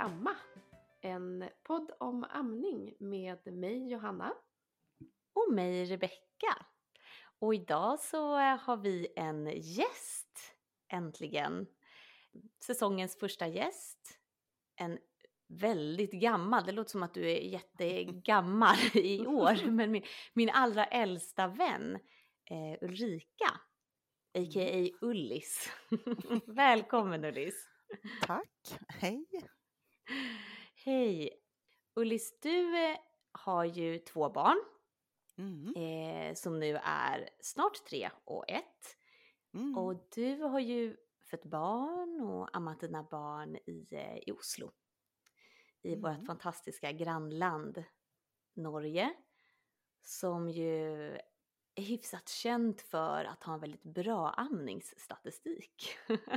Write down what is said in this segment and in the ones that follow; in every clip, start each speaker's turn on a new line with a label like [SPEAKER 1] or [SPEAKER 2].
[SPEAKER 1] amma. En podd om amning med mig Johanna.
[SPEAKER 2] Och mig Rebecka. Och idag så har vi en gäst äntligen. Säsongens första gäst. En väldigt gammal, det låter som att du är jättegammal i år. Men min allra äldsta vän Ulrika. A.k.a. Ullis. Välkommen Ullis.
[SPEAKER 3] Tack, hej.
[SPEAKER 2] Hej. Ullis, du har ju 2 barn. Som nu är snart 3 och 1. Och du har ju fött barn och ammat dina barn i Oslo. I vårt fantastiska grannland Norge. Som ju är hyfsat känt för att ha en väldigt bra amningsstatistik.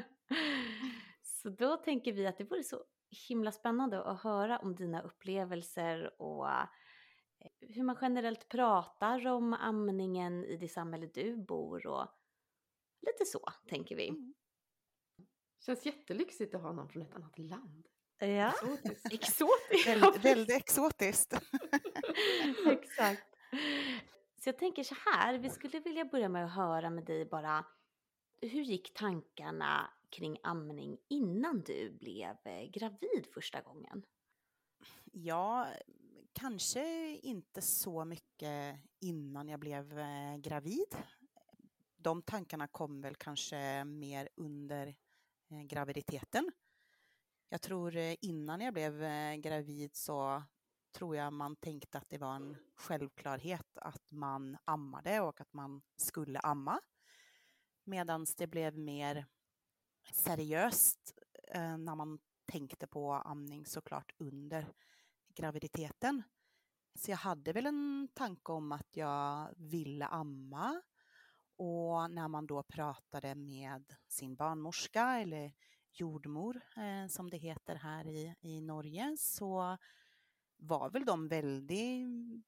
[SPEAKER 2] Så då tänker vi att det vore så himla spännande att höra om dina upplevelser och hur man generellt pratar om amningen i det samhälle du bor och lite så, tänker vi.
[SPEAKER 1] Känns jättelyxigt att ha någon från ett annat land.
[SPEAKER 2] Ja,
[SPEAKER 3] Exotiskt. Väldigt exotiskt.
[SPEAKER 2] Exakt. Så jag tänker så här, vi skulle vilja börja med att höra med dig bara, hur gick tankarna kring amning innan du blev gravid första gången?
[SPEAKER 3] Ja, kanske inte så mycket innan jag blev gravid. De tankarna kom väl kanske mer under graviditeten. Jag tror innan jag blev gravid så tror jag man tänkte att det var en självklarhet att man ammade och att man skulle amma. Medan det blev mer seriöst när man tänkte på amning såklart under graviditeten. Så jag hade väl en tanke om att jag ville amma, och när man då pratade med sin barnmorska eller jordmor som det heter här i Norge, så var väl de väldigt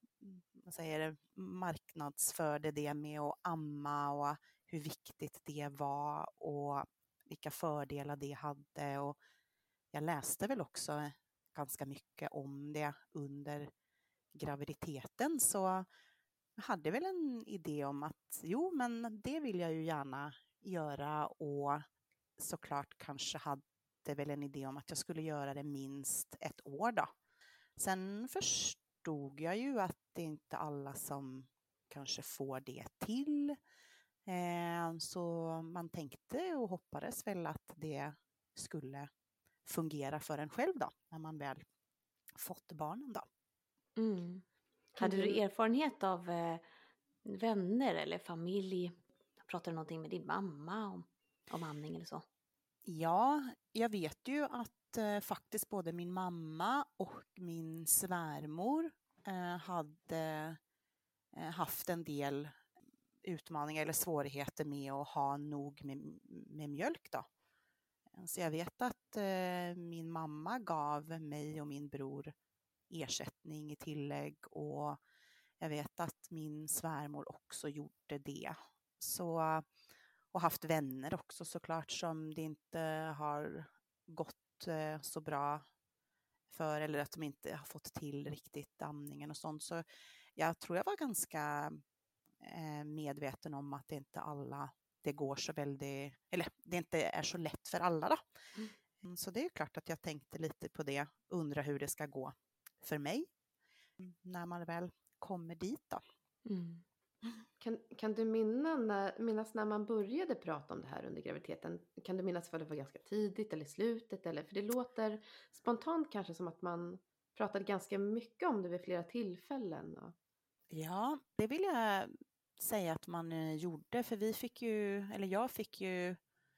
[SPEAKER 3] marknadsförde det med att amma och hur viktigt det var och vilka fördelar det hade, och jag läste väl också ganska mycket om det under graviditeten, så jag hade väl en idé om att men det vill jag ju gärna göra, och såklart kanske hade väl en idé om att jag skulle göra det minst 1 år då. Sen förstod jag ju att det inte är alla som kanske får det till. Så man tänkte och hoppades väl att det skulle fungera för en själv då, när man väl fått barnen då.
[SPEAKER 2] Hade du erfarenhet av vänner eller familj? Pratade du någonting med din mamma om amning eller så?
[SPEAKER 3] Ja, jag vet ju att faktiskt både min mamma och min svärmor hade haft en del utmaningar eller svårigheter med att ha nog med mjölk då. Så jag vet att min mamma gav mig och min bror ersättning i tillägg, och jag vet att min svärmor också gjorde det. Så, och haft vänner också såklart som det inte har gått så bra för, eller att de inte har fått till riktigt amningen och sånt. Så jag tror jag var ganska medveten om att det inte alla, det går så väldigt, eller det inte är så lätt för alla då. Så det är klart att jag tänkte lite på det, undra hur det ska gå för mig när man väl kommer dit då.
[SPEAKER 1] Kan du minnas när man började prata om det här under graviditeten? Kan du minnas vad det var ganska tidigt eller slutet? Eller, för det låter spontant kanske som att man pratade ganska mycket om det vid flera tillfällen.
[SPEAKER 3] Ja, det vill jag säga att man gjorde, för jag fick ju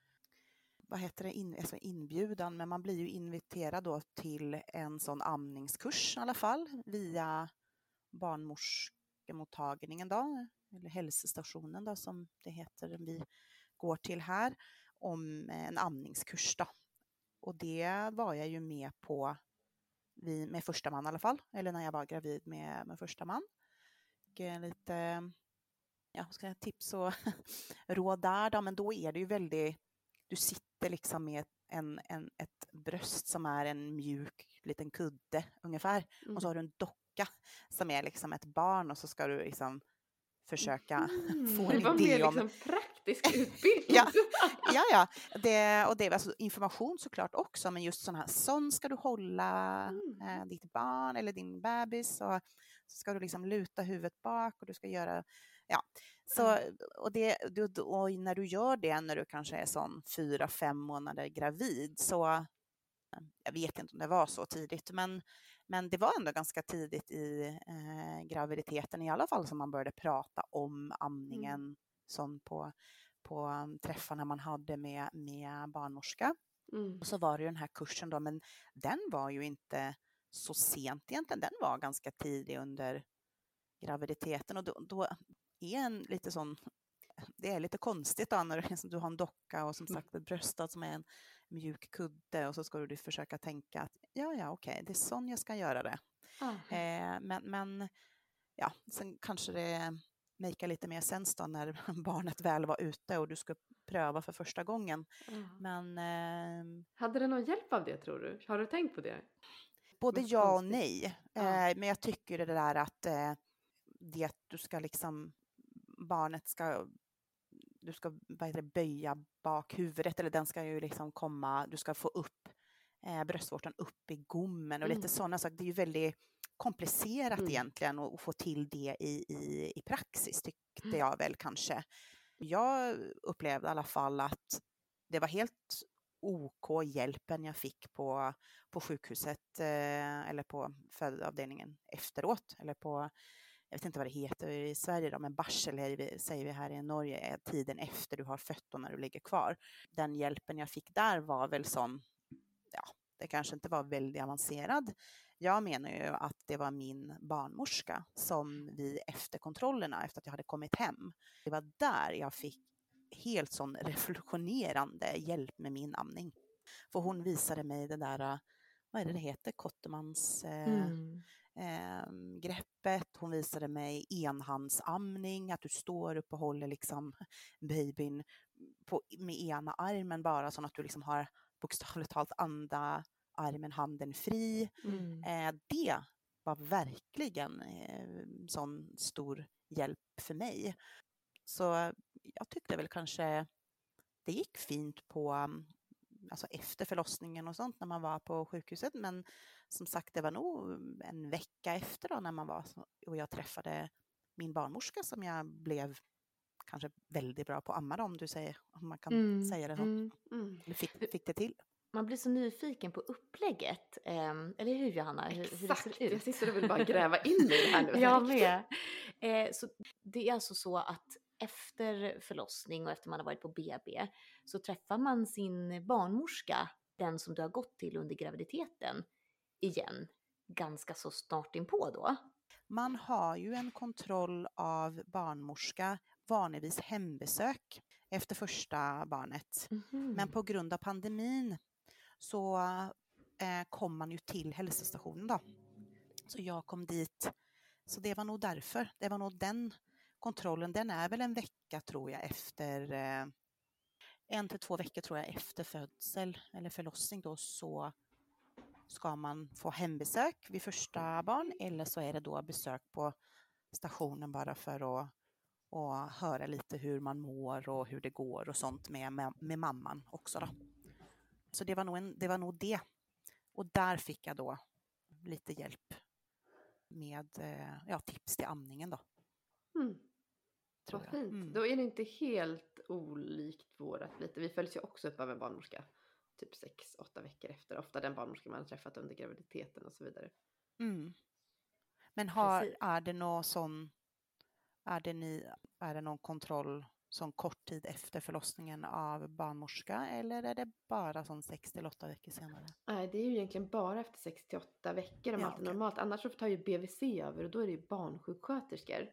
[SPEAKER 3] inbjudan, men man blir ju inviterad då till en sån amningskurs i alla fall via barnmorskemottagningen då, eller hälsostationen då som det heter vi går till här, om en amningskurs då. Och det var jag ju med på med första man i alla fall, eller när jag var gravid med första man. Och lite tips och råd där då, men då är det ju väldigt, du sitter liksom med ett bröst som är en mjuk liten kudde ungefär. Och så har du en docka som är liksom ett barn och så ska du liksom försöka få en
[SPEAKER 1] Det var
[SPEAKER 3] idé
[SPEAKER 1] mer
[SPEAKER 3] om...
[SPEAKER 1] liksom praktisk utbildning.
[SPEAKER 3] Ja. Det är alltså information såklart också, men just sån ska du hålla ditt barn eller din bebis, och så ska du liksom luta huvudet bak och du ska göra, så, och när du gör det när du kanske är 4-5 månader gravid, så jag vet inte om det var så tidigt, men det var ändå ganska tidigt i graviditeten i alla fall som man började prata om amningen som på träffarna man hade med barnmorska. Och så var det ju den här kursen då, men den var ju inte så sent egentligen, den var ganska tidig under graviditeten, och då är en lite det är lite konstigt då när du har en docka och som sagt ett bröstat som är en mjuk kudde, och så ska du försöka tänka att okej, det är sån jag ska göra det. Men sen kanske det makar lite mer sens då när barnet väl var ute och du ska pröva för första gången. Men
[SPEAKER 1] hade det någon hjälp av det, tror du? Har du tänkt på det?
[SPEAKER 3] Både ja och nej. Men jag tycker det där att det att du ska liksom, barnet ska, du ska böja bak huvudet, eller den ska ju liksom komma, du ska få upp bröstvårtan upp i gommen och lite sådana saker. Det är ju väldigt komplicerat egentligen att få till det i praxis, tyckte jag väl kanske. Jag upplevde i alla fall att det var helt OK hjälpen jag fick på sjukhuset eller på födeavdelningen efteråt, eller på, jag vet inte vad det heter i Sverige då, men barsel säger vi här i Norge, är tiden efter du har fött och när du ligger kvar. Den hjälpen jag fick där var väl det kanske inte var väldigt avancerad. Jag menar ju att det var min barnmorska som vid efterkontrollerna, efter att jag hade kommit hem, det var där jag fick helt sån revolutionerande hjälp med min amning. För hon visade mig det där, vad är det heter, Kottemans greppet. Hon visade mig enhandsamning, att du står upp och håller liksom babyn med ena armen bara, så att du liksom har bokstavligt talat andra armen, handen fri. Det var verkligen sån stor hjälp för mig. Så jag tyckte väl kanske det gick fint på efter förlossningen och sånt när man var på sjukhuset, men som sagt, det var nog en vecka efter då när man var och jag träffade min barnmorska som jag blev kanske väldigt bra på att amma, om man kan säga det så. Eller fick det till.
[SPEAKER 2] Man blir så nyfiken på upplägget, eller hur, Johanna?
[SPEAKER 1] Exakt,
[SPEAKER 2] hur det ser ut.
[SPEAKER 1] Jag sitter och vill bara gräva in mig i det här nu.
[SPEAKER 2] Jag med. Så det är alltså så att efter förlossning och efter man har varit på BB så träffar man sin barnmorska, den som du har gått till under graviditeten, igen ganska så snart inpå då.
[SPEAKER 3] Man har ju en kontroll av barnmorska, vanligtvis hembesök efter första barnet. Men på grund av pandemin så kom man ju till hälsostationen då. Så jag kom dit. Så det var nog därför. Det var nog den kontrollen. Den är väl en vecka tror jag efter, 1 till 2 veckor tror jag efter födsel eller förlossning då, så ska man få hembesök vid första barn, eller så är det då besök på stationen bara för att höra lite hur man mår och hur det går och sånt med mamman också då. Så det var nog det. Och där fick jag då lite hjälp med tips till amningen då.
[SPEAKER 1] Vad fint. Då är det inte helt olikt vårat lite. Vi följs ju också upp av en barnmorska typ 6-8 veckor efter. Ofta den barnmorska man har träffat under graviditeten och så vidare.
[SPEAKER 3] Men är det någon sån, är det någon kontroll som kort tid efter förlossningen av barnmorska, eller är det bara som 6-8 veckor senare?
[SPEAKER 1] Nej, det är ju egentligen bara efter 6-8 veckor om allt är normalt. Annars så tar ju BVC över och då är det ju barnsjuksköterskor.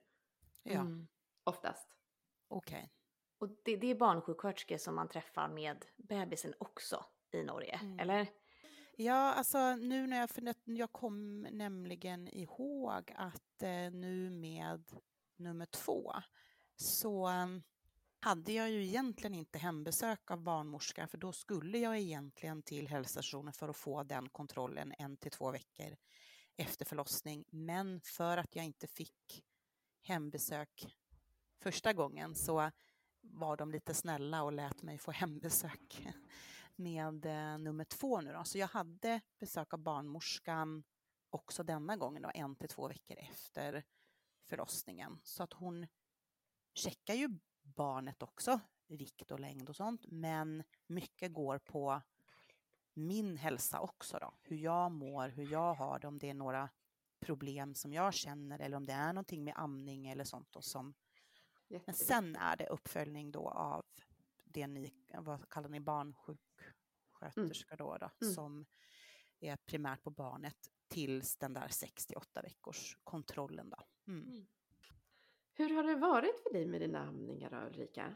[SPEAKER 1] Oftast.
[SPEAKER 3] Okej.
[SPEAKER 2] Och det är barnsjuksköterskor som man träffar med bebisen också i Norge, eller?
[SPEAKER 3] Ja, alltså nu när jag kom nämligen ihåg att nu med nummer 2 så hade jag ju egentligen inte hembesök av barnmorska, för då skulle jag egentligen till hälsostationen för att få den kontrollen 1 till 2 veckor efter förlossning. Men för att jag inte fick hembesök första gången så var de lite snälla och lät mig få hembesök med nummer 2 nu då. Så jag hade besök av barnmorskan också denna gången då, 1 till 2 veckor efter förlossningen. Så att hon checkar ju barnet också, vikt och längd och sånt, men mycket går på min hälsa också då. Hur jag mår, hur jag har det, om det är några problem som jag känner eller om det är någonting med amning eller sånt då som. Men sen är det uppföljning då av det ni, vad kallar ni, barnsjuksköterska då, som är primärt på barnet tills den där 68 veckors kontrollen då.
[SPEAKER 1] Hur har det varit för dig med dina amningar då, Ulrika?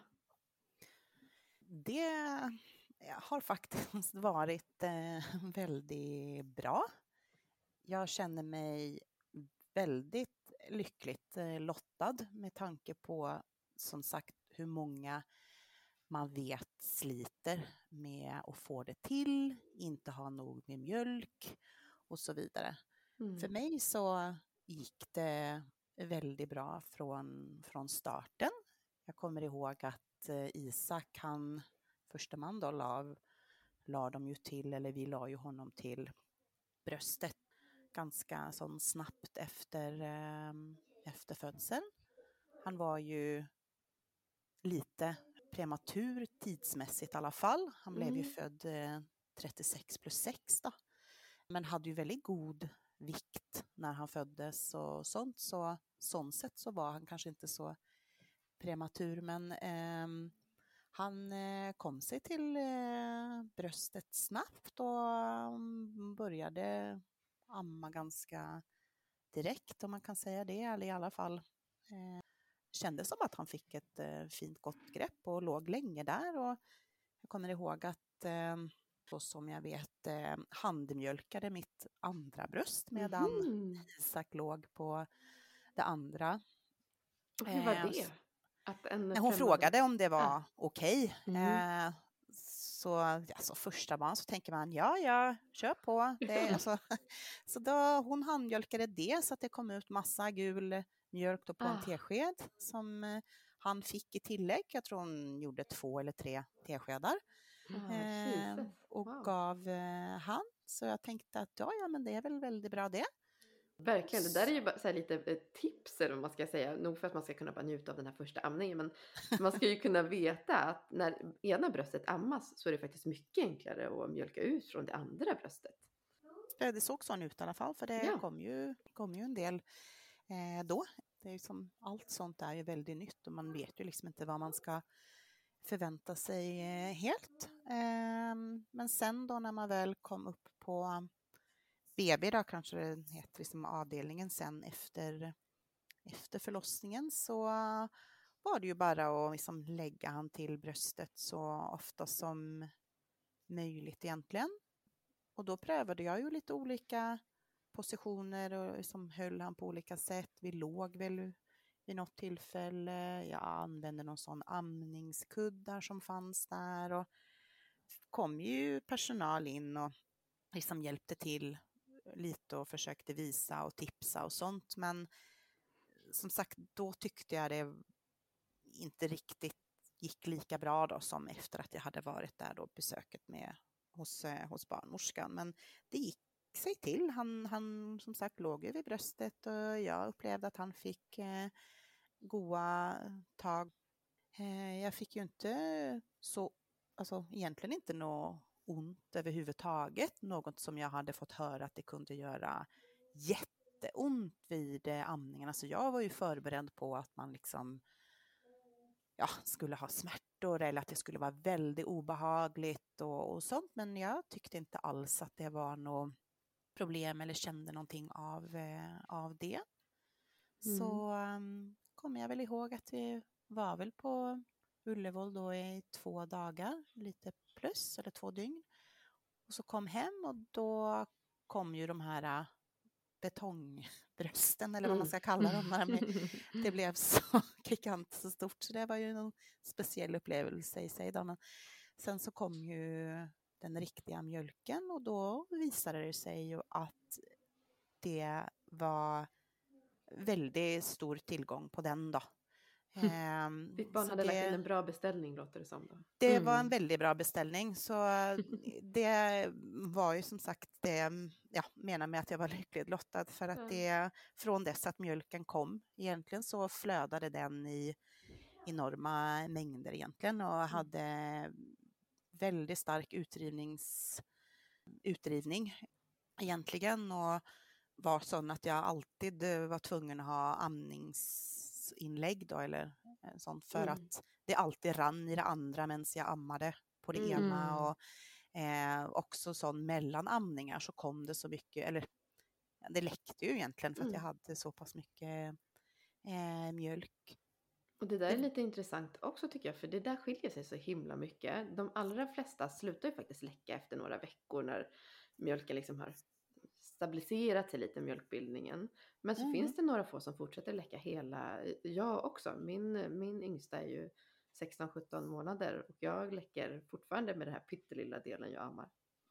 [SPEAKER 3] Det har faktiskt varit väldigt bra. Jag känner mig väldigt lyckligt lottad med tanke på, som sagt, hur många man vet sliter med att få det till, inte ha nog med mjölk och så vidare. För mig så gick det väldigt bra från starten. Jag kommer ihåg att Isak, han första man då la de ju till, eller vi la ju honom till bröstet ganska så snabbt efter födseln. Han var ju lite prematur tidsmässigt i alla fall. Han blev ju född 36+6 då. Men hade ju väldigt god vikt när han föddes och sånt. Så sånt sätt så var han kanske inte så prematur. Men han kom sig till bröstet snabbt och började amma ganska direkt, om man kan säga det. Eller i alla fall kändes som att han fick ett fint gott grepp och låg länge där. Och jag kommer ihåg att så som jag vet handmjölkade mitt andra bröst medan Isak låg på det andra.
[SPEAKER 1] Och hur var det?
[SPEAKER 3] Hon frågade om det var okej. Så alltså, första barn så tänker man ja, kör på. Det, alltså, så då hon handmjölkade det så att det kom ut massa gul mjölk då på en tesked som han fick i tillägg. Jag tror hon gjorde 2 eller 3 teskedar och gav han. Så jag tänkte att ja, men det är väl väldigt bra det.
[SPEAKER 1] Verkligen, det där är ju bara så här lite tips, eller vad man ska säga. Nog för att man ska kunna bara njuta av den här första amningen. Men man ska ju kunna veta att när ena bröstet ammas så är det faktiskt mycket enklare att mjölka ut från det andra bröstet.
[SPEAKER 3] Det såg så ut i alla fall, för det kom ju en del då. Det är ju som, allt sånt är ju väldigt nytt och man vet ju liksom inte vad man ska förvänta sig helt. Men sen då när man väl kom upp på BB då, kanske det heter liksom avdelningen sen efter förlossningen, så var det ju bara att liksom lägga han till bröstet så ofta som möjligt egentligen. Och då prövade jag ju lite olika positioner och liksom höll han på olika sätt. Vi låg väl vid något tillfälle. Jag använde någon sån amningskuddar som fanns där och kom ju personal in och liksom hjälpte till lite och försökte visa och tipsa och sånt. Men som sagt, då tyckte jag det inte riktigt gick lika bra då som efter att jag hade varit där då, besöket hos barnmorskan. Men det gick sig till. Han som sagt låg vid bröstet och jag upplevde att han fick goda tag. Jag fick ju inte så, alltså egentligen inte något ont överhuvudtaget. Något som jag hade fått höra att det kunde göra jätteont vid amningen. Alltså jag var ju förberedd på att man liksom skulle ha smärtor eller att det skulle vara väldigt obehagligt och sånt. Men jag tyckte inte alls att det var något problem eller kände någonting av det. Så kommer jag väl ihåg att vi var väl på Ullevål då i 2 dagar, lite plus, eller 2 dygn. Och så kom hem och då kom ju de här betongbrösten eller vad man ska kalla dem. Det blev så gigantiskt så stort, så det var ju en speciell upplevelse i sig då. Men sen så kom ju den riktiga mjölken och då visade det sig ju att det var väldigt stor tillgång på den då.
[SPEAKER 1] Ditt barn hade verkligen en bra beställning, låter det som då.
[SPEAKER 3] Det var en väldigt bra beställning, så det var ju som sagt det jag menar med att jag var lyckligt lottad, för att det från dess att mjölken kom egentligen så flödade den i enorma mängder egentligen och hade väldigt stark utdrivning egentligen, och var sån att jag alltid var tvungen att ha amningsinlägg då, eller sånt, för att det alltid rann i det andra medan jag ammade på det ena, och också sån mellan amningar så kom det så mycket, eller det läckte ju egentligen för att jag hade så pass mycket mjölk.
[SPEAKER 1] Och det där är lite intressant också tycker jag, för det där skiljer sig så himla mycket. De allra flesta slutar ju faktiskt läcka efter några veckor när mjölken liksom har stabiliserat sig lite, mjölkbildningen. Men så finns det några få som fortsätter läcka hela. Jag också. Min yngsta är ju 16-17 månader och jag läcker fortfarande med den här pyttelilla delen jag ammar.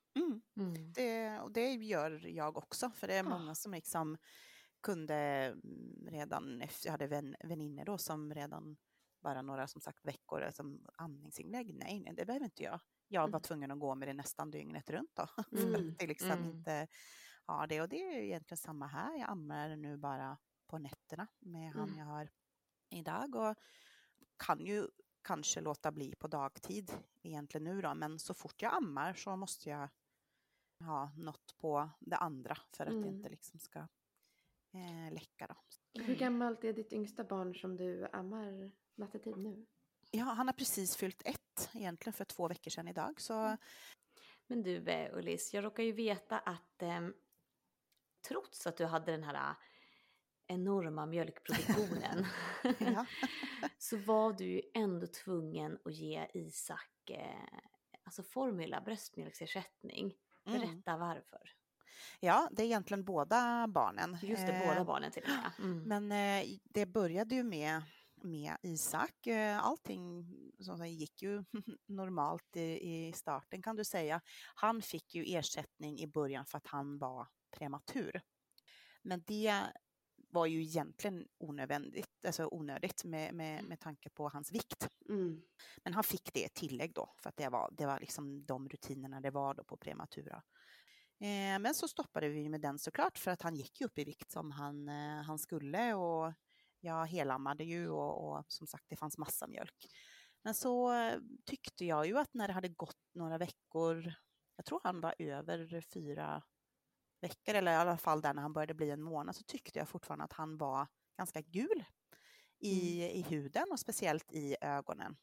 [SPEAKER 3] Det gör jag också, för det är många som liksom kunde redan efter, jag hade vänner då som redan bara några som sagt veckor som amningsinlägg. Nej, det behöver inte jag. Jag var tvungen att gå med det nästan dygnet runt då. För att det liksom inte har det. Och det är egentligen samma här. Jag ammar nu bara på nätterna med han jag har idag. Och kan ju kanske låta bli på dagtid egentligen nu då. Men så fort jag ammar så måste jag ha något på det andra för att det inte liksom ska läcka då.
[SPEAKER 1] Hur gammalt är ditt yngsta barn som du ammar nattetid nu?
[SPEAKER 3] Ja, han har precis fyllt 1 egentligen för 2 veckor sedan idag. Så...
[SPEAKER 2] Men du Ullis, jag råkar ju veta att trots att du hade den här enorma mjölkproduktionen så var du ju ändå tvungen att ge Isak alltså formula bröstmjölksersättning. Berätta varför.
[SPEAKER 3] Ja, det är egentligen båda barnen.
[SPEAKER 2] Just det, båda barnen till och med.
[SPEAKER 3] Men det började ju med Isak. Allting som gick ju normalt i starten kan du säga. Han fick ju ersättning i början för att han var prematur. Men det var ju egentligen onödigt med tanke på hans vikt. Men han fick det tillägg då, för att det var liksom de rutinerna det var då på prematura. Men så stoppade vi med den såklart, för att han gick ju upp i vikt som han skulle, och jag helammade ju och som sagt det fanns massa mjölk. Men så tyckte jag ju att när det hade gått några veckor, jag tror han var över 4 veckor, eller i alla fall där när han började bli en månad, så tyckte jag fortfarande att han var ganska gul i huden och speciellt i ögonen.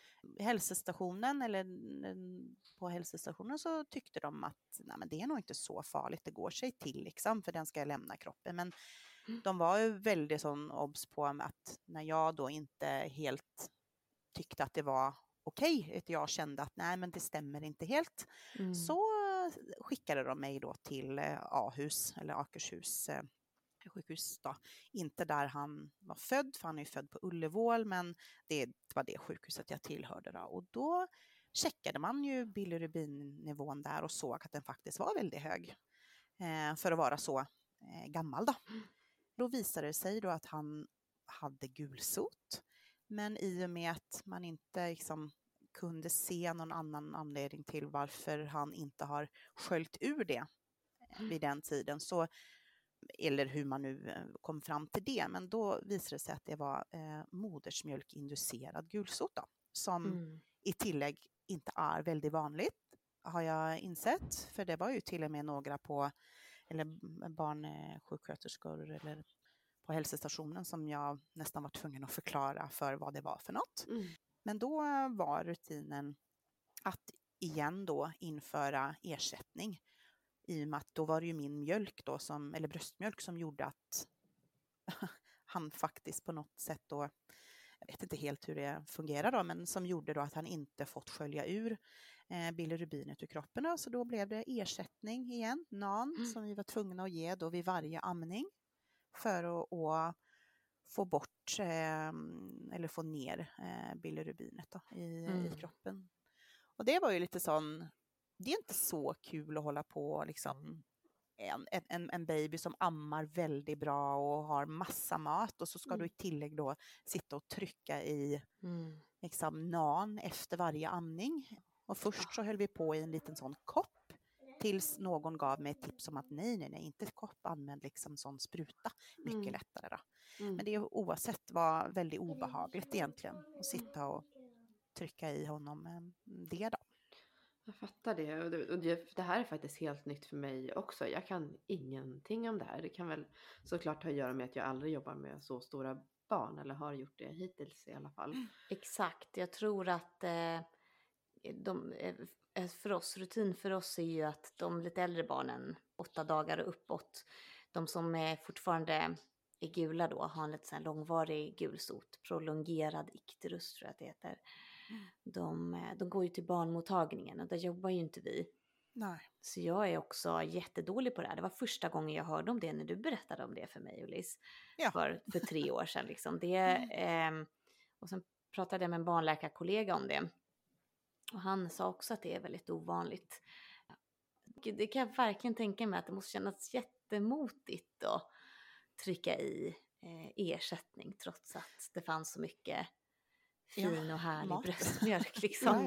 [SPEAKER 3] På hälsostationen så tyckte de att nej, men det är nog inte så farligt, det går sig till liksom, för den ska lämna kroppen. Men de var ju väldigt sån obs på att när jag då inte helt tyckte att det var okej, att jag kände att nej, men det stämmer inte helt, så skickade de mig då till A-hus eller Akershus sjukhus då. Inte där han var född, för han är ju född på Ullevål, men det var det sjukhuset jag tillhörde då. Och då checkade man ju bilirubinnivån där och såg att den faktiskt var väldigt hög för att vara så gammal då. Då visade det sig då att han hade gulsot, men i och med att man inte liksom kunde se någon annan anledning till varför han inte har sköljt ur det vid den tiden, så eller hur man nu kom fram till det, men då visade det sig att det var modersmjölkinducerad gulsot då, som i tillägg inte är väldigt vanligt, har jag insett, för det var ju till och med några eller barnsjuksköterskor eller på hälsostationen som jag nästan var tvungen att förklara för vad det var för något. Men då var rutinen att igen då införa ersättning. I och med att då var det ju min mjölk då, eller bröstmjölk, som gjorde att han faktiskt på något sätt då, jag vet inte helt hur det fungerar då, men som gjorde då att han inte fått skölja ur bilirubinet ur kroppen. Så då blev det ersättning igen, NAN, som vi var tvungna att ge då vid varje amning för att få bort eller få ner bilirubinet då, i kroppen. Och det var ju lite sån, det är inte så kul att hålla på liksom en baby som ammar väldigt bra och har massa mat och så ska du i tillägg då sitta och trycka i liksom NAN efter varje amning. Och först så höll vi på i en liten sån kopp tills någon gav mig ett tips om att nej, inte kopp, använd liksom sån spruta, mycket lättare då. Men det oavsett var väldigt obehagligt egentligen att sitta och trycka i honom det då.
[SPEAKER 1] Jag fattar det. Och det här är faktiskt helt nytt för mig också. Jag kan ingenting om det här. Det kan väl såklart ha att göra med att jag aldrig jobbar med så stora barn. Eller har gjort det hittills i alla fall.
[SPEAKER 2] Exakt. Jag tror att rutin för oss är ju att de lite äldre barnen, 8 dagar och uppåt, de som är fortfarande är gula då, har en lite sån långvarig gulsot, prolongerad ikterus tror jag att det heter. De går ju till barnmottagningen och där jobbar ju inte vi.
[SPEAKER 3] Nej.
[SPEAKER 2] Så jag är också jättedålig på det här. Det var första gången jag hörde om det när du berättade om det för mig, Ullis.
[SPEAKER 3] Ja.
[SPEAKER 2] För 3 år sedan liksom. Och sen pratade jag med en barnläkarkollega om det. Och han sa också att det är väldigt ovanligt. Det kan jag verkligen tänka mig att det måste kännas jättemotigt att trycka i ersättning trots att det fanns så mycket fin och härlig bröstmjölk liksom.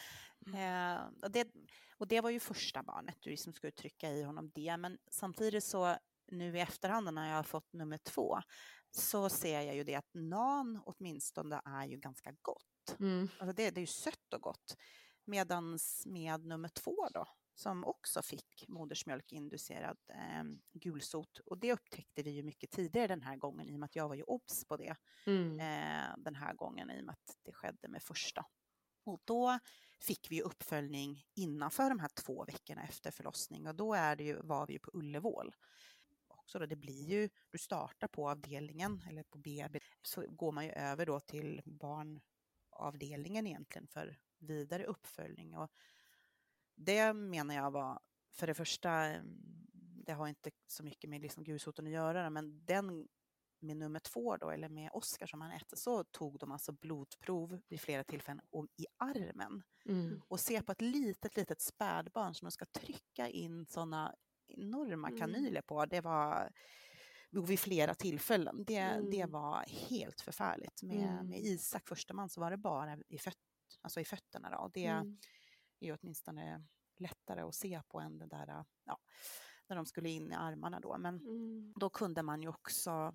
[SPEAKER 3] Ja. Och det var ju första barnet du liksom skulle trycka i honom det, men samtidigt så nu i efterhand när jag har fått nummer 2 så ser jag ju det att NAN åtminstone är ju ganska gott. Alltså det är ju sött och gott. Medans med nummer 2 då, som också fick modersmjölkinducerad gulsot. Och det upptäckte vi ju mycket tidigare den här gången i och med att jag var ju obs på det den här gången i och med att det skedde med första. Och då fick vi ju uppföljning innanför de här 2 veckorna efter förlossning och då var vi ju på Ullevål. Så det blir ju, du startar på avdelningen eller på BB så går man ju över då till barnavdelningen egentligen för vidare uppföljning och det menar jag var för det första, det har inte så mycket med liksom gulsoten att göra men den med nummer 2 då eller med Oscar som han hette så tog de alltså blodprov vid flera tillfällen i armen och se på ett litet spädbarn som de ska trycka in sådana enorma kanyler på. Det var vid flera tillfällen. Det var helt förfärligt. Med Isak första man så var det bara i fötterna. Då. Och det är ju åtminstone lättare att se på än det där när de skulle in i armarna då. Men då kunde man ju också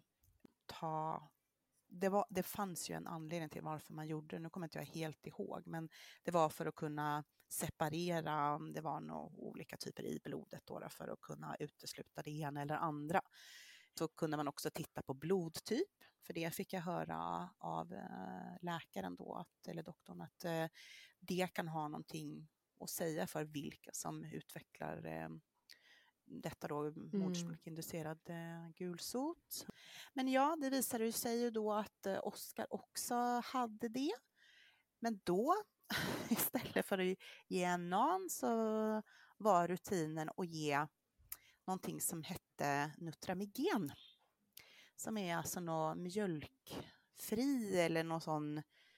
[SPEAKER 3] det fanns ju en anledning till varför man gjorde det. Nu kommer inte jag helt ihåg. Men det var för att kunna separera. Det var nog olika typer i blodet då för att kunna utesluta det ena eller andra. Så kunde man också titta på blodtyp. För det fick jag höra av läkaren då. Eller doktorn att det kan ha någonting att säga för vilka som utvecklar detta då modersmjölkinducerad gulsot. Men ja, det visade sig ju då att Oscar också hade det. Men då, istället för att ge en NAN så var rutinen att ge någonting som hette Nutramigen. Som är alltså någon mjölkfri eller någon sån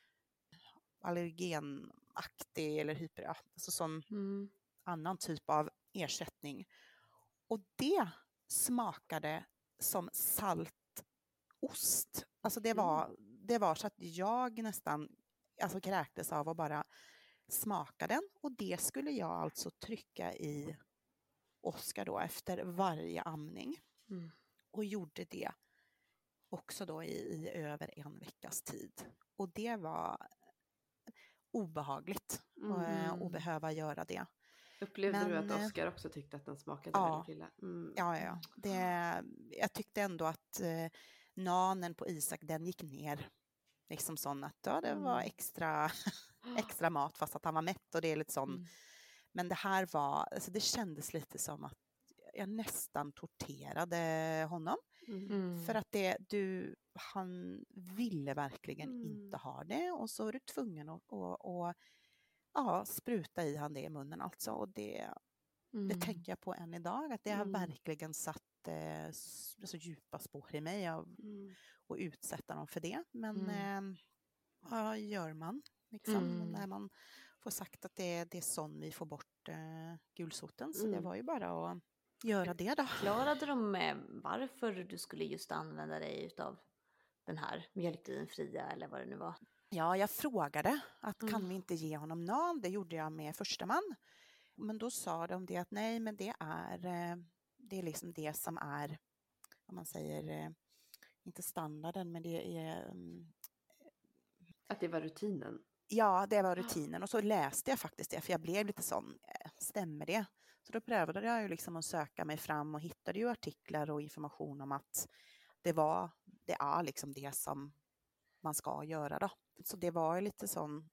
[SPEAKER 3] allergenaktig eller alltså som annan typ av ersättning. Och det smakade som saltost. Alltså det var så att jag nästan kräktes av att bara smaka den. Och det skulle jag alltså trycka i Oscar då efter varje amning. Och gjorde det också då i över 1 veckas tid. Och det var obehagligt att behöva göra det.
[SPEAKER 1] Upplevde du att Oscar också tyckte att den smakade väldigt illa?
[SPEAKER 3] Ja. Jag tyckte ändå att nanen på Isak, den gick ner. Liksom sån att det var extra mat fast att han var mätt och det är lite sån. Men det här var, alltså det kändes lite som att jag nästan torterade honom. För att han ville verkligen inte ha det och så var du tvungen att spruta i han det i munnen alltså. Och det tänker jag på än idag, att det har verkligen satt så djupa spår i mig av att utsätta dem för det. Men vad gör man liksom när man får sagt att det är sån vi får bort gulsoten? Så det var ju bara att göra det då.
[SPEAKER 2] Klarade de med varför du skulle just använda dig utav den här mjölkdrinfria eller vad det nu var?
[SPEAKER 3] Ja, jag frågade att kan vi inte ge honom någon? Det gjorde jag med första man. Men då sa de det att nej, men det är liksom det som är, om man säger, inte standarden, men det är...
[SPEAKER 1] Att det var rutinen?
[SPEAKER 3] Ja, det var rutinen. Och så läste jag faktiskt det, för jag blev lite sån, stämmer det? Så då prövade jag ju liksom att söka mig fram och hittade ju artiklar och information om att det är liksom det som man ska göra då. Så det var ju lite sån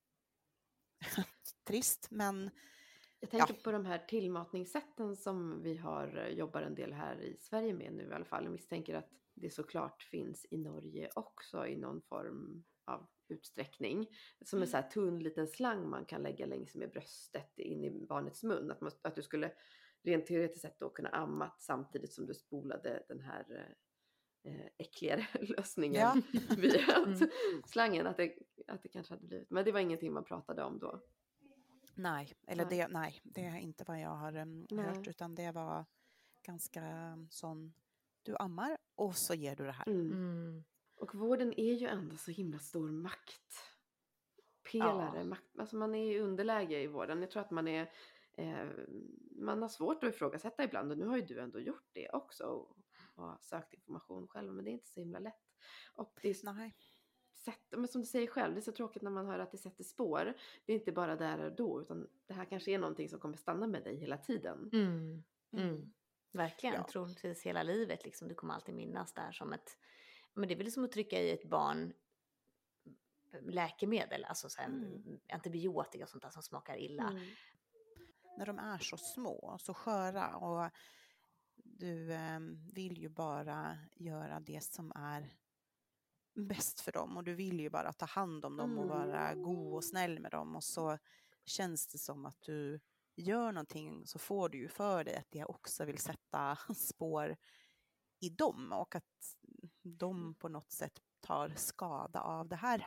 [SPEAKER 3] trist, men...
[SPEAKER 1] Jag tänker på de här tillmatningssätten som vi jobbar en del här i Sverige med nu i alla fall. Jag misstänker att det såklart finns i Norge också i någon form av utsträckning. Som en så här tunn liten slang man kan lägga längs med bröstet in i barnets mun. Att du skulle rent teoretiskt sett då kunna amma samtidigt som du spolade den här äckligare lösningen via slangen. Att det kanske hade blivit. Men det var ingenting man pratade om då.
[SPEAKER 3] Nej, det är inte vad jag har hört, utan det var ganska sån, du ammar och så ger du det här.
[SPEAKER 1] Och vården är ju ändå så himla stor maktpelare. Alltså man är i underläge i vården. Jag tror att man har svårt att ifrågasätta ibland, och nu har ju du ändå gjort det också och sökt information själv, men det är inte så himla lätt. Och det är men som du säger själv, det är så tråkigt när man hör att det sätter spår. Det är inte bara där och då, utan det här kanske är någonting som kommer stanna med dig hela tiden.
[SPEAKER 2] Verkligen, troligtvis hela livet liksom. Du kommer alltid minnas där som men det är väl som att trycka i ett barn läkemedel, alltså så här, antibiotika och sånt där som smakar illa.
[SPEAKER 3] När de är så små och så sköra, och du vill ju bara göra det som är bäst för dem, och du vill ju bara ta hand om dem och vara god och snäll med dem, och så känns det som att du gör någonting, så får du ju för dig att det också vill sätta spår i dem och att de på något sätt tar skada av det här.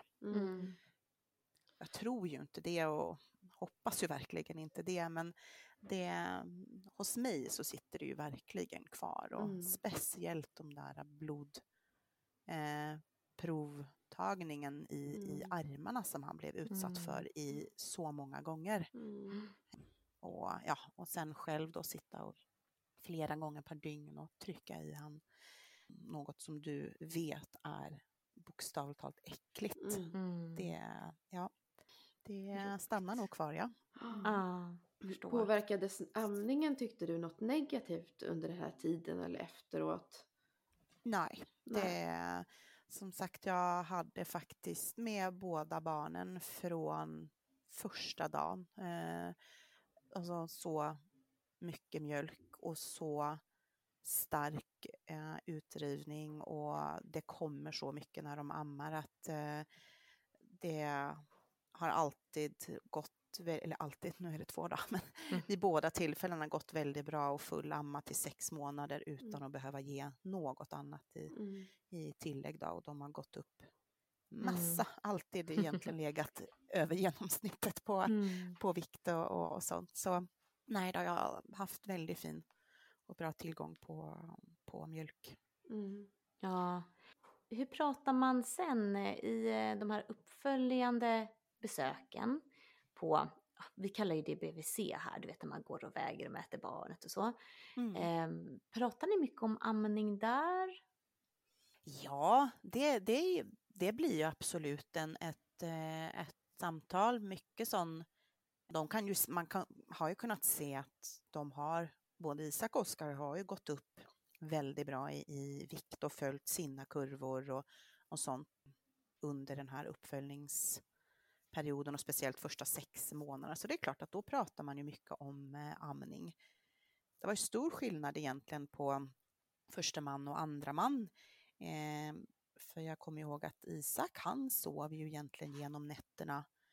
[SPEAKER 3] Jag tror ju inte det och hoppas ju verkligen inte det, men hos mig så sitter det ju verkligen kvar, och speciellt de där provtagningen i armarna som han blev utsatt för i så många gånger. Och sen själv då sitta och flera gånger per dygn och trycka i han något som du vet är bokstavligt talat äckligt. Det stannar nog kvar,
[SPEAKER 1] Påverkades amningen, tyckte du, något negativt under den här tiden eller efteråt?
[SPEAKER 3] Nej. Som sagt, jag hade faktiskt med båda barnen från första dagen. Alltså så mycket mjölk och så stark utdrivning, och det kommer så mycket när de ammar att det har alltid gått, eller alltid, nu är det 2 dagar, men vid båda tillfällena gått väldigt bra och full amma till 6 månader utan att behöva ge något annat i tillägg då, och de har gått upp massa, alltid egentligen legat över genomsnittet på vikt och sånt. Så nej då, jag har haft väldigt fin och bra tillgång på mjölk.
[SPEAKER 2] Ja. Hur pratar man sen i de här uppföljande besöken på, vi kallar ju det BVC här, du vet när man går och väger och mäter barnet och så. Pratar ni mycket om amning där?
[SPEAKER 3] Ja, det blir ju absolut ett samtal, mycket sån. Har ju kunnat se att de har, både Isak och Oskar har ju gått upp väldigt bra i vikt och följt sina kurvor och sånt under den här uppföljningsperioden, och speciellt första 6 månaderna. Så det är klart att då pratar man ju mycket om amning. Det var ju stor skillnad egentligen på första man och andra man. För jag kommer ihåg att Isak, han sov ju egentligen genom nätterna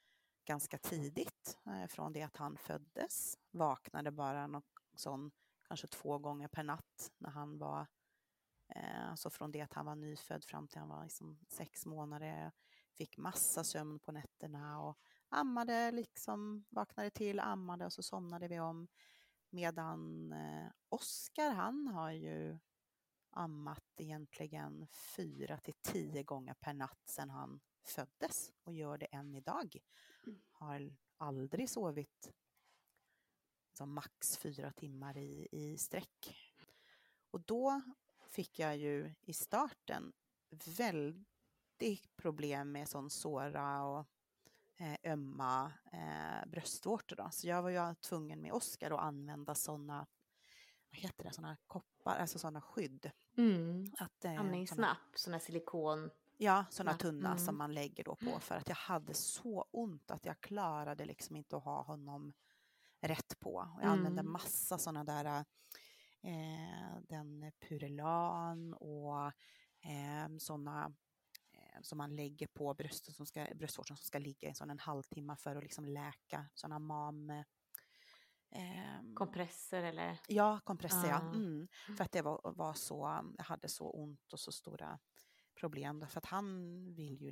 [SPEAKER 3] ganska tidigt, från det att han föddes. Vaknade bara någon sån, kanske 2 gånger per natt när han var, alltså från det att han var nyfödd fram till han var liksom 6 månader. Fick massa sömn på nätterna och ammade, liksom vaknade till, ammade och så somnade vi om. Medan Oskar, han har ju ammat egentligen 4 till 10 gånger per natt sedan han föddes och gör det än idag. Har aldrig sovit som max 4 timmar i sträck. Och då fick jag ju i starten väldigt problem med sån såra och ömma bröstvårtor då. Så jag var ju tvungen med Oskar att använda såna, vad heter det, såna koppar, alltså såna skydd.
[SPEAKER 2] Amningsnapp, såna silikon.
[SPEAKER 3] Ja, såna tunna som man lägger då på, för att jag hade så ont att jag klarade liksom inte att ha honom rätt på. Och jag använde massa såna där den Purelan och såna som man lägger på bröstvårtan som ska ligga i en halvtimme för att liksom läka såna
[SPEAKER 2] kompresser eller?
[SPEAKER 3] Ja, kompresser, ja. För att det var så, jag hade så ont och så stora problem. För att han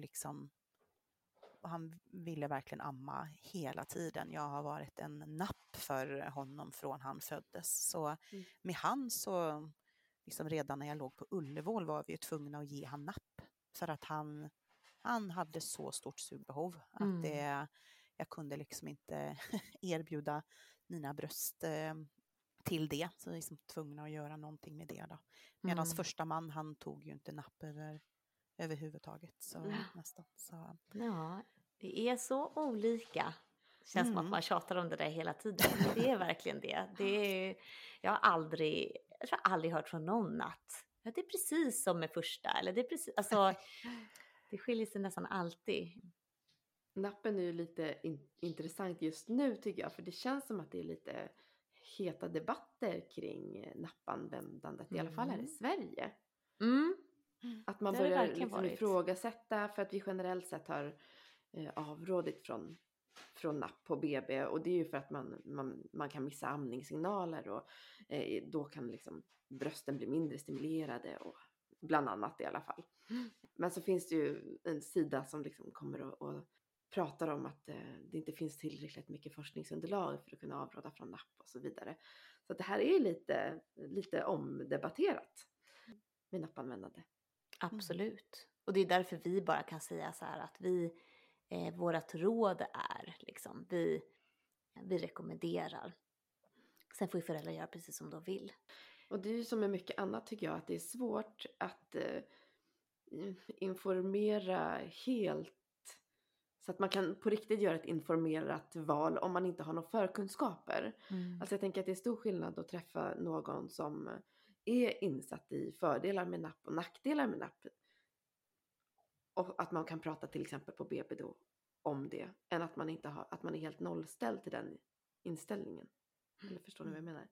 [SPEAKER 3] ville verkligen amma hela tiden. Jag har varit en napp för honom från han föddes. Så med han så, liksom redan när jag låg på Ullevål var vi ju tvungna att ge han napp. För att han hade så stort sugbehov att jag kunde liksom inte erbjuda mina bröst till det. Så liksom tvungna att göra någonting med det då. Medan första man, han tog ju inte napp överhuvudtaget. Så nästan. Så.
[SPEAKER 2] Ja, det är så olika. Känns som att man tjatar om det där hela tiden. Men det är verkligen det. Jag tror aldrig hört från någon att det är precis som med första. Eller det är precis, alltså, det skiljer sig nästan alltid.
[SPEAKER 1] Nappen är ju lite intressant just nu tycker jag. För det känns som att det är lite heta debatter kring nappanvändandet. I alla fall här i Sverige. Att man börjar liksom ifrågasätta, för att vi generellt sett har avrådit från napp på BB. Och det är ju för att man kan missa amningssignaler och då kan liksom brösten bli mindre stimulerade och bland annat i alla fall. Men så finns det ju en sida som liksom kommer och pratar om att det inte finns tillräckligt mycket forskningsunderlag för att kunna avråda från napp och så vidare. Så det här är lite omdebatterat med nappanvändande.
[SPEAKER 2] Absolut. Och det är därför vi bara kan säga så här att vårat råd är liksom, vi rekommenderar. Sen får ju föräldrar göra precis som de vill.
[SPEAKER 1] Och det är ju som med mycket annat tycker jag att det är svårt att informera helt så att man kan på riktigt göra ett informerat val om man inte har några förkunskaper. Alltså jag tänker att det är stor skillnad att träffa någon som är insatt i fördelar med napp och nackdelar med napp. Och att man kan prata till exempel på BB då om det. Än att man är helt nollställd till den inställningen. Eller förstår ni vad jag menar?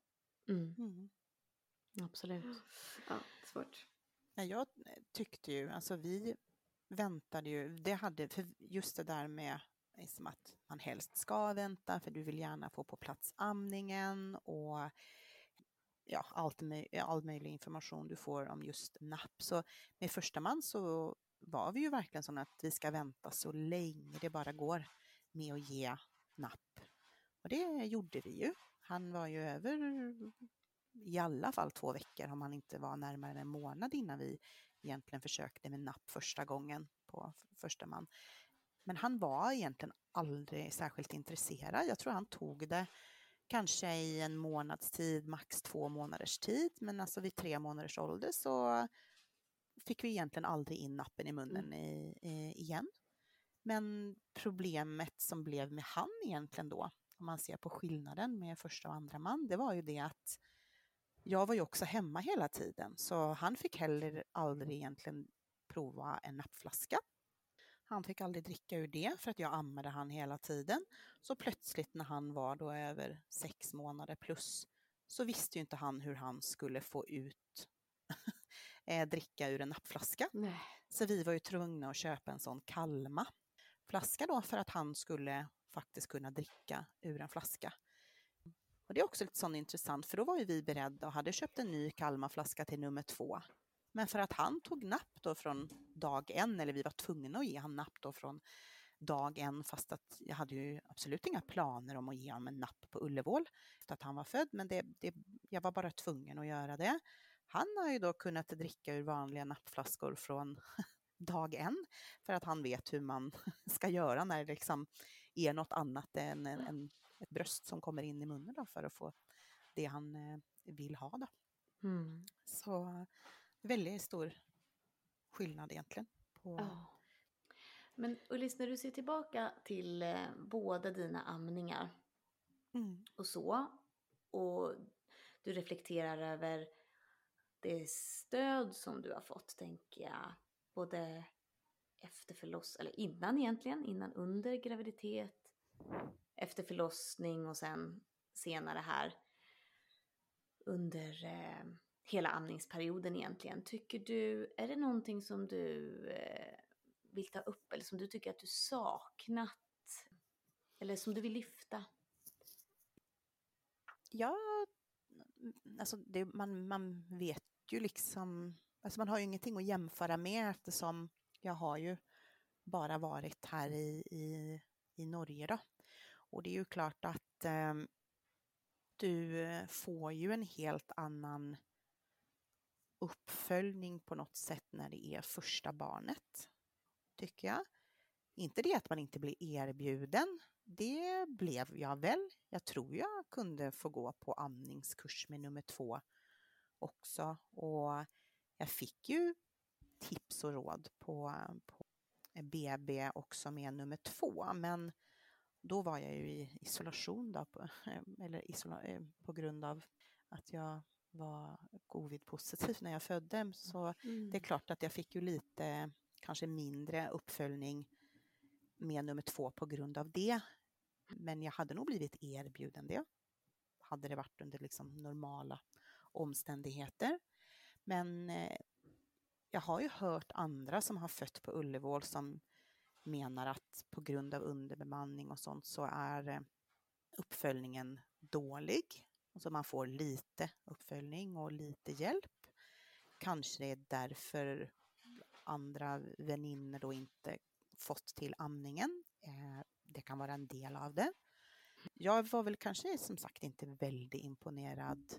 [SPEAKER 2] Absolut.
[SPEAKER 1] Ja, svårt.
[SPEAKER 3] Ja, jag tyckte ju, alltså vi väntade ju, för just det där med liksom att man helst ska vänta för du vill gärna få på plats amningen och ja, all möjlig information du får om just napp. Så med första man så var vi ju verkligen sådana att vi ska vänta så länge det bara går med att ge napp. Och det gjorde vi ju. Han var ju över i alla fall 2 veckor om han inte var närmare än en månad innan vi egentligen försökte med napp första gången på första man. Men han var egentligen aldrig särskilt intresserad. Jag tror han tog det kanske i en månads tid, max 2 månaders tid. Men alltså vid 3 månaders ålder så fick vi egentligen aldrig in nappen i munnen igen. Men problemet som blev med han egentligen då, om man ser på skillnaden med första och andra man, det var ju det att jag var ju också hemma hela tiden. Så han fick heller aldrig egentligen prova en nappflaska. Han fick aldrig dricka ur det för att jag ammade han hela tiden. Så plötsligt när han var då över 6 månader plus så visste ju inte han hur han skulle få ut dricka ur en nappflaska. Så vi var ju tvungna att köpa en sån Kalma flaska då för att han skulle faktiskt kunna dricka ur en flaska. Och det är också lite sån intressant, för då var ju vi beredda och hade köpt en ny Kalmarflaska till nummer 2. Men för att han tog napp då från dag 1, eller vi var tvungna att ge han napp då från dag 1, fast att jag hade ju absolut inga planer om att ge honom en napp på Ullevål efter att han var född, men jag var bara tvungen att göra det. Han har ju då kunnat dricka ur vanliga nappflaskor från dag 1, för att han vet hur man ska göra när det liksom är något annat än ett bröst som kommer in i munnen då, för att få det han vill ha då. Så väldigt stor skillnad egentligen på...
[SPEAKER 2] Men Ullis, när du ser tillbaka till båda dina amningar och så, och du reflekterar över det stöd som du har fått, tänker jag, både efter eller innan, under graviditet, efter förlossning och sen senare här under hela amningsperioden egentligen. Tycker du, är det någonting som du vill ta upp eller som du tycker att du saknat eller som du vill lyfta?
[SPEAKER 3] Ja, alltså man vet ju liksom, alltså man har ju ingenting att jämföra med, eftersom jag har ju bara varit här i Norge då. Och det är ju klart att du får ju en helt annan uppföljning på något sätt när det är första barnet, tycker jag. Inte det att man inte blir erbjuden, det blev jag väl. Jag tror jag kunde få gå på amningskurs med nummer 2 också. Och jag fick ju tips och råd på BB också med nummer 2. Men då var jag ju i isolation då, på grund av att jag var covid-positiv när jag födde. Så det är klart att jag fick ju lite, kanske mindre uppföljning med nummer 2 på grund av det. Men jag hade nog blivit erbjuden det. Hade det varit under liksom normala omständigheter. Men jag har ju hört andra som har fött på Ullevål som menar att på grund av underbemanning och sånt så är uppföljningen dålig. Så man får lite uppföljning och lite hjälp. Kanske det är därför andra väninnor då inte fått till amningen. Det kan vara en del av det. Jag var väl kanske som sagt inte väldigt imponerad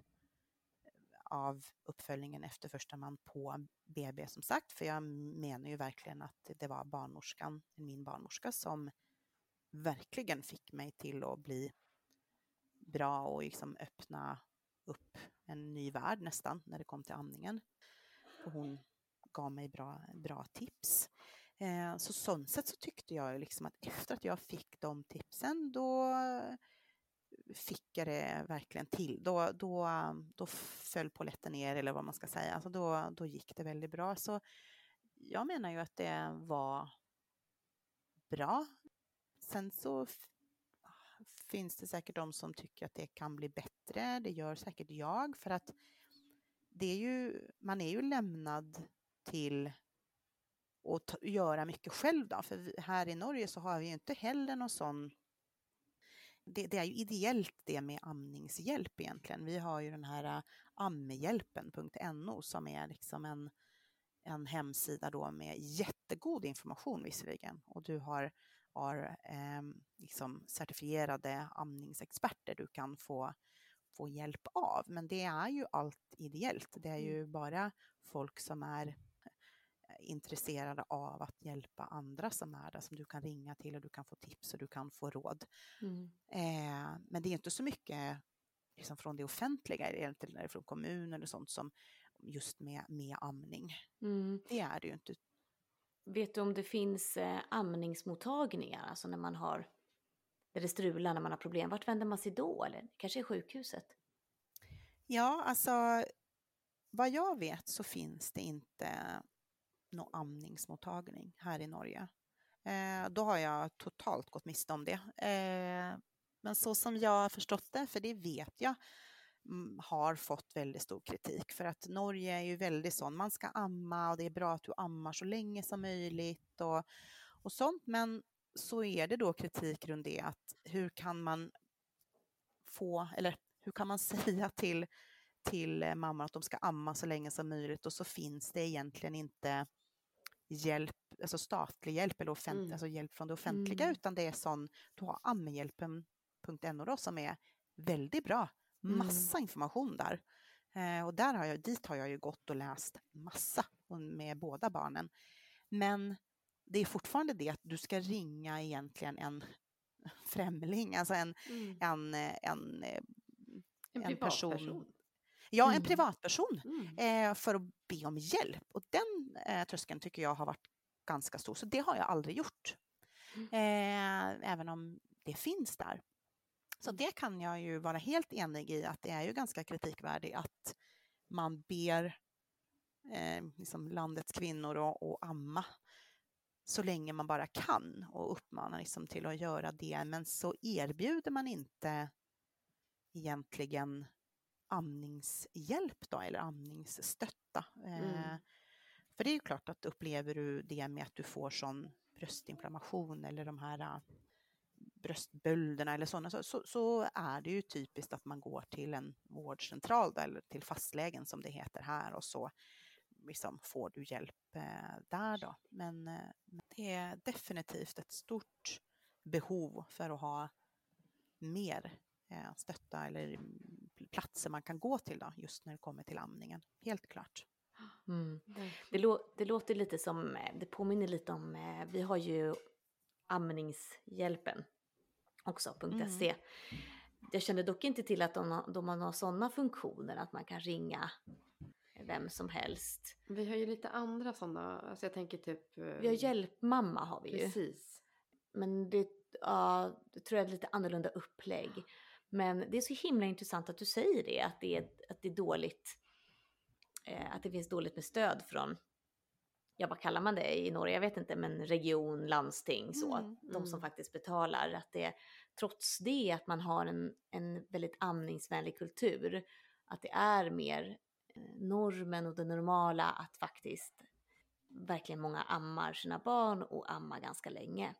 [SPEAKER 3] av uppföljningen efter första man på BB som sagt. För jag menar ju verkligen att det var min barnmorska som verkligen fick mig till att bli bra och liksom öppna upp en ny värld nästan när det kom till amningen. Och hon gav mig bra tips. Så sånt sätt så tyckte jag liksom att efter att jag fick de tipsen, då fick jag det verkligen till. Då föll polletten ner, eller vad man ska säga. Alltså då gick det väldigt bra. Så jag menar ju att det var bra. Sen så finns det säkert de som tycker att det kan bli bättre. Det gör säkert jag, för att man är ju lämnad till att göra mycket själv då. För här i Norge så har vi ju inte heller någon sån. Det är ju ideellt det med amningshjälp egentligen. Vi har ju den här ammehjälpen.no som är liksom en hemsida då med jättegod information visserligen. Och du har liksom certifierade amningsexperter du kan få hjälp av. Men det är ju allt ideellt. Det är ju bara folk som är intresserade av att hjälpa andra som är där, som du kan ringa till och du kan få tips och du kan få råd. Men det är inte så mycket liksom från det offentliga, eller från kommunen och sånt, som just med amning. Det är det ju inte.
[SPEAKER 2] Vet du om det finns amningsmottagningar, alltså där det strular, när man har problem? Vart vänder man sig då? Eller kanske i sjukhuset?
[SPEAKER 3] Ja, alltså vad jag vet så finns det inte någon amningsmottagning här i Norge. Då har jag totalt gått miste om det. Men så som jag har förstått det, för det vet jag, har fått väldigt stor kritik. För att Norge är ju väldigt sån, man ska amma och det är bra att du ammar så länge som möjligt och sånt. Men så är det då kritik runt det, att hur kan man säga till mamma att de ska amma så länge som möjligt, och så finns det egentligen inte hjälp, alltså statlig hjälp eller alltså hjälp från det offentliga, utan det är du har ammehjälpen.no då, som är väldigt bra. Massa information där. Och dit har jag ju gått och läst massa med båda barnen. Men det är fortfarande det att du ska ringa egentligen en främling, alltså en person. Ja, en privatperson för att be om hjälp. Och den tröskeln tycker jag har varit ganska stor. Så det har jag aldrig gjort. Även om det finns där. Så det kan jag ju vara helt enig i, att det är ju ganska kritikvärdigt att man ber liksom landets kvinnor att amma så länge man bara kan, och uppmanar liksom till att göra det. Men så erbjuder man inte egentligen amningshjälp då, eller amningsstötta. För det är ju klart att upplever du det med att du får sån bröstinflammation eller de här bröstbölderna eller sådana, så är det ju typiskt att man går till en vårdcentral då, eller till fastlägen som det heter här, och så liksom får du hjälp där då. Men det är definitivt ett stort behov för att ha mer stötta eller platser man kan gå till då, just när det kommer till amningen. Helt klart.
[SPEAKER 2] Det låter lite som, det påminner lite om, vi har ju amningshjälpen också, .se. Jag känner dock inte till att de har sådana funktioner att man kan ringa vem som helst.
[SPEAKER 1] Vi har ju lite andra sådana, alltså jag tänker typ...
[SPEAKER 2] Vi har hjälpmamma har vi ju.
[SPEAKER 1] Precis.
[SPEAKER 2] Men det tror jag är lite annorlunda upplägg. Men det är så himla intressant att du säger det, att det är dåligt, att det finns dåligt med stöd från, vad kallar man det i Norge, jag vet inte, men region, landsting, så de som faktiskt betalar, att det trots det att man har en väldigt amningsvänlig kultur, att det är mer normen och det normala att faktiskt verkligen många ammar sina barn och ammar ganska länge.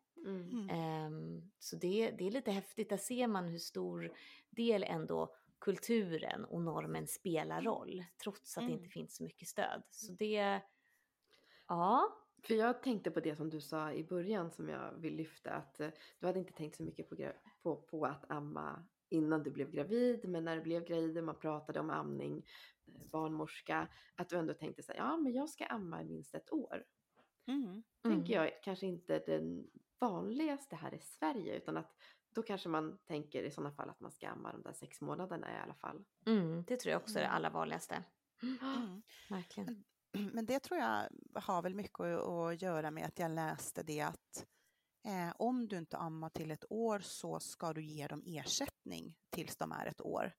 [SPEAKER 2] Så det är lite häftigt. Där ser man hur stor del ändå kulturen och normen spelar roll, trots att det inte finns så mycket stöd. Så det, ja.
[SPEAKER 1] För jag tänkte på det som du sa i början, som jag vill lyfta, att du hade inte tänkt så mycket på att amma innan du blev gravid, men när du blev gravid och man pratade om amning, barnmorska, att du ändå tänkte så här, ja men jag ska amma i minst ett år. Tänker jag kanske inte den vanligaste här i Sverige, utan att då kanske man tänker i sådana fall att man ska amma de där 6 månaderna i alla fall.
[SPEAKER 2] Det tror jag också är det allra vanligaste. Verkligen.
[SPEAKER 3] Men det tror jag har väl mycket att göra med att jag läste det, att om du inte ammar till ett år så ska du ge dem ersättning tills de är ett år.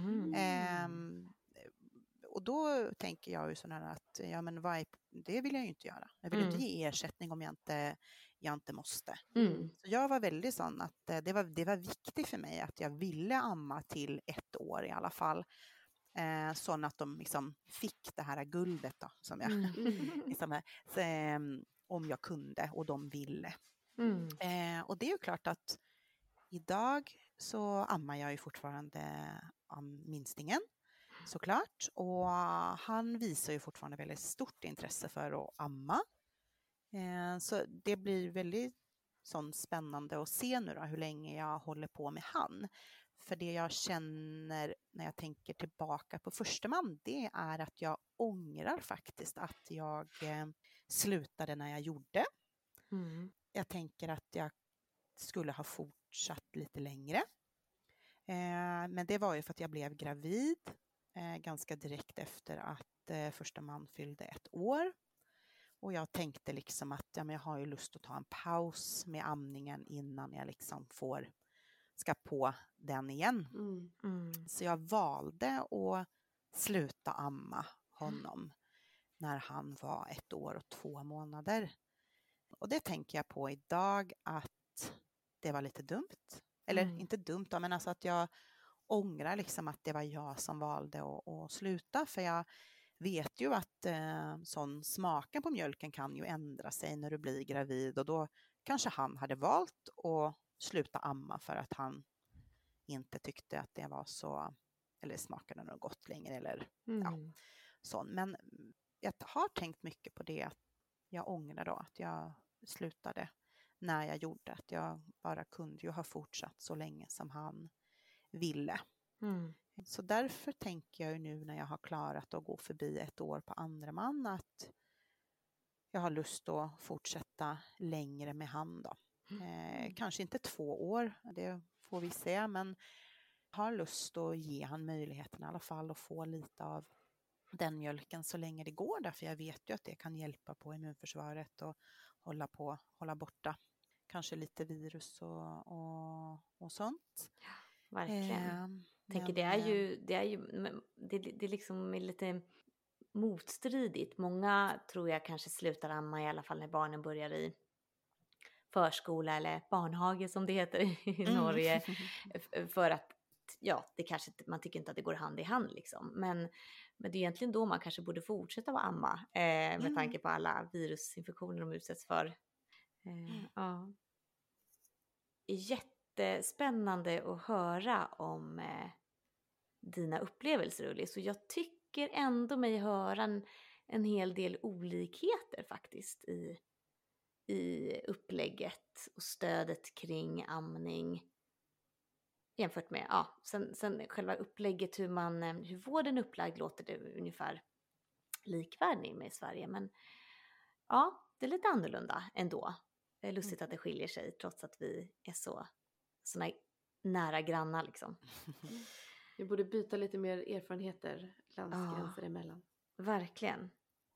[SPEAKER 3] Och då tänker jag ju sådär att det vill jag ju inte göra. Jag vill inte ge ersättning om jag inte måste. Så jag var väldigt sån att det var viktigt för mig att jag ville amma till 1 år i alla fall. Så att de liksom fick det här guldet då, som jag liksom, om jag kunde och de ville. Och det är ju klart att idag så ammar jag ju fortfarande minstingen, såklart. Och han visar ju fortfarande väldigt stort intresse för att amma. Så det blir väldigt spännande att se nu då, hur länge jag håller på med han. För det jag känner när jag tänker tillbaka på första man, det är att jag ångrar faktiskt att jag slutade när jag gjorde. Jag tänker att jag skulle ha fortsatt lite längre. Men det var ju för att jag blev gravid ganska direkt efter att första man fyllde 1 år. Och jag tänkte liksom att jag har ju lust att ta en paus med amningen innan jag liksom ska på den igen. Så jag valde att sluta amma honom när han var 1 år och 2 månader. Och det tänker jag på idag, att det var lite dumt. Eller inte dumt då, men alltså att jag ångrar liksom att det var jag som valde att sluta. För jag vet ju att smaken på mjölken kan ju ändra sig när du blir gravid. Och då kanske han hade valt att sluta amma för att han inte tyckte att det var så, eller smakade något gott längre eller sånt. Men jag har tänkt mycket på det, att jag ångrar då att jag slutade när jag gjorde, att jag bara kunde ju ha fortsatt så länge som han ville. Så därför tänker jag ju nu när jag har klarat att gå förbi 1 år på andra man, att jag har lust att fortsätta längre med han då. Kanske inte 2 år, det får vi se, men har lust att ge han möjligheten i alla fall att få lite av den mjölken så länge det går, därför jag vet ju att det kan hjälpa på immunförsvaret och hålla borta kanske lite virus och sånt.
[SPEAKER 2] Verkligen. Jag tänker det är liksom lite motstridigt. Många tror jag kanske slutar amma i alla fall när barnen börjar i förskola eller barnhage som det heter i Norge. För att det kanske inte, man tycker inte att det går hand i hand liksom. Men det är egentligen då man kanske borde fortsätta att amma med tanke på alla virusinfektioner de utsätts för. Ja. Jättespännande att höra om dina upplevelser, Ulli. Så jag tycker ändå mig höra en hel del olikheter faktiskt i upplägget och stödet kring amning jämfört med, sen själva upplägget, hur vården är upplagd låter det ungefär likvärdig med i Sverige, men det är lite annorlunda ändå. Det är lustigt att det skiljer sig trots att vi är såna nära grannar liksom.
[SPEAKER 1] Vi borde byta lite mer erfarenheter landsgränser emellan.
[SPEAKER 2] Verkligen.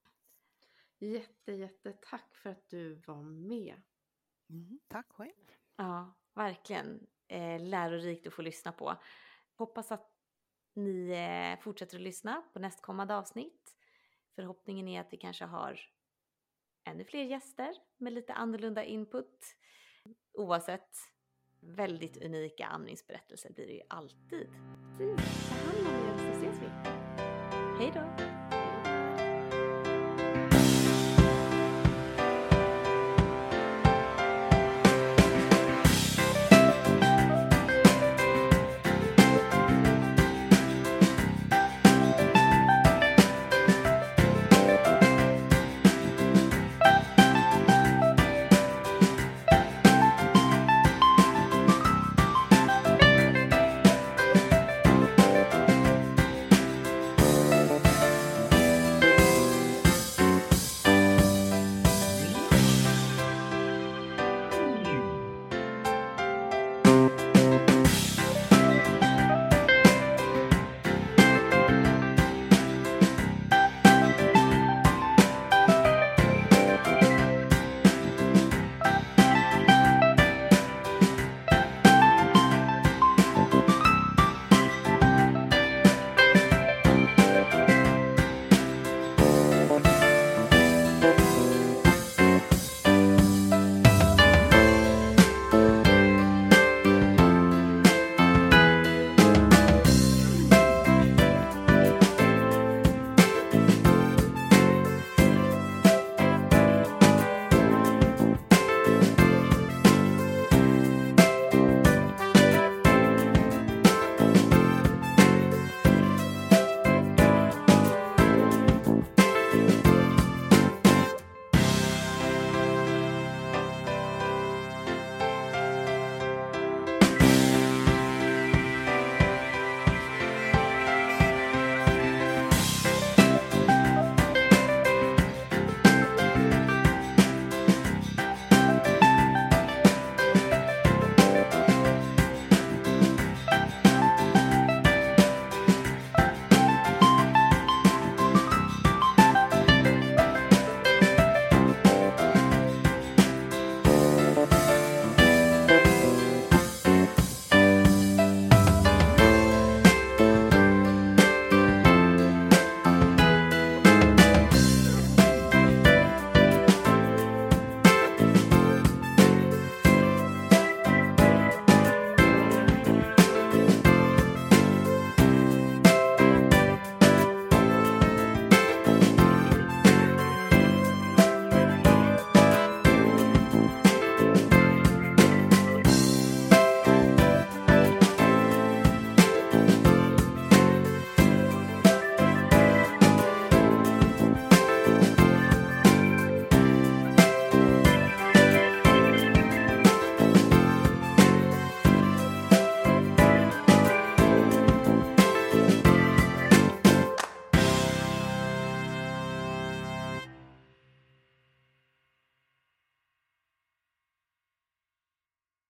[SPEAKER 1] Tack för att du var med.
[SPEAKER 3] Tack själv.
[SPEAKER 2] Ja, verkligen. Lärorikt att få lyssna på. Hoppas att ni fortsätter att lyssna på nästkommande avsnitt. Förhoppningen är att vi kanske har ännu fler gäster med lite annorlunda input. Oavsett, väldigt unika amningsberättelser blir det ju alltid.
[SPEAKER 1] Precis, ta hand om er så ses vi.
[SPEAKER 2] Hej då!